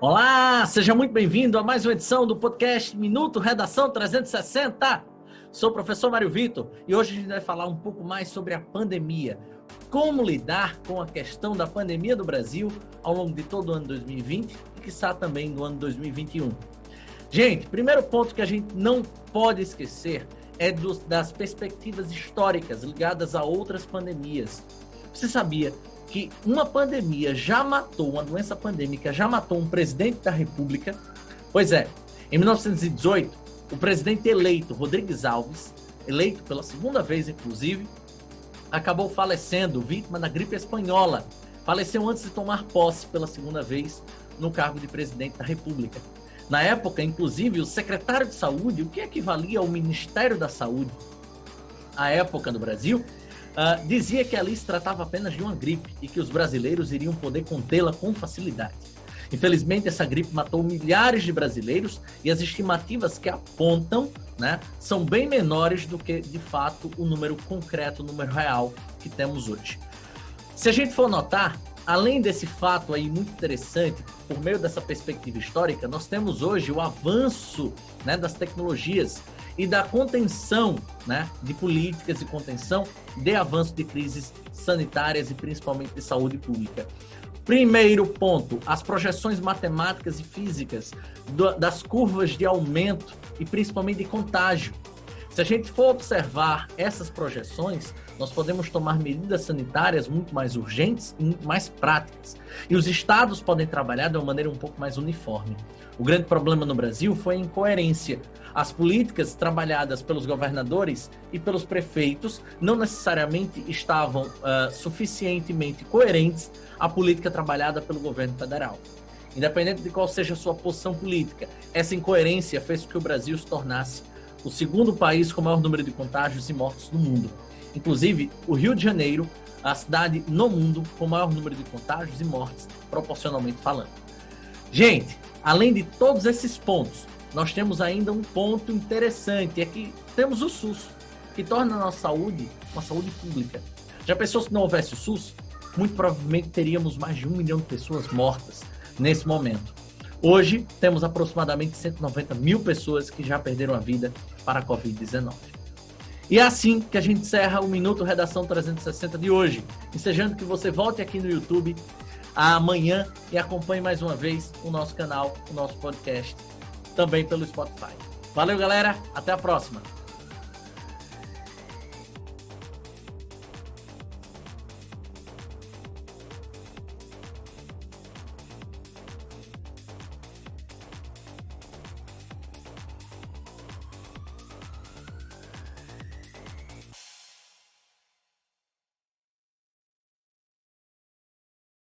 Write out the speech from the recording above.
Olá, seja muito bem-vindo a mais uma edição do podcast Minuto Redação 360. Sou o professor Mário Vitor e hoje a gente vai falar um pouco mais sobre a pandemia. Como lidar com a questão da pandemia do Brasil ao longo de todo o ano 2020 e, quiçá, também no ano 2021. Gente, primeiro ponto que a gente não pode esquecer é das perspectivas históricas ligadas a outras pandemias. Você sabia que uma doença pandêmica já matou um presidente da República? Pois é, em 1918, o presidente eleito, Rodrigues Alves, eleito pela segunda vez, inclusive, acabou falecendo, vítima da gripe espanhola. Faleceu antes de tomar posse pela segunda vez no cargo de presidente da República. Na época, inclusive, o secretário de Saúde, o que equivalia ao Ministério da Saúde, à época no Brasil, dizia que ali se tratava apenas de uma gripe e que os brasileiros iriam poder contê-la com facilidade. Infelizmente, essa gripe matou milhares de brasileiros e as estimativas que apontam, são bem menores do que, de fato, o número concreto, o número real que temos hoje. Se a gente for notar, além desse fato aí muito interessante, por meio dessa perspectiva histórica, nós temos hoje o avanço, das tecnologias e da contenção, de políticas de contenção de avanço de crises sanitárias e principalmente de saúde pública. Primeiro ponto, as projeções matemáticas e físicas das curvas de aumento e principalmente de contágio. Se a gente for observar essas projeções, nós podemos tomar medidas sanitárias muito mais urgentes e muito mais práticas. E os estados podem trabalhar de uma maneira um pouco mais uniforme. O grande problema no Brasil foi a incoerência. As políticas trabalhadas pelos governadores e pelos prefeitos não necessariamente estavam suficientemente coerentes à política trabalhada pelo governo federal. Independente de qual seja a sua posição política, essa incoerência fez com que o Brasil se tornasse o segundo país com o maior número de contágios e mortos do mundo. Inclusive, o Rio de Janeiro, a cidade no mundo com o maior número de contágios e mortes, proporcionalmente falando. Gente, além de todos esses pontos, nós temos ainda um ponto interessante, é que temos o SUS, que torna a nossa saúde uma saúde pública. Já pensou se não houvesse o SUS? Muito provavelmente teríamos mais de 1 milhão de pessoas mortas nesse momento. Hoje, temos aproximadamente 190 mil pessoas que já perderam a vida para a Covid-19. E é assim que a gente encerra o Minuto Redação 360 de hoje, desejando que você volte aqui no YouTube amanhã e acompanhe mais uma vez o nosso canal, o nosso podcast, também pelo Spotify. Valeu, galera, até a próxima!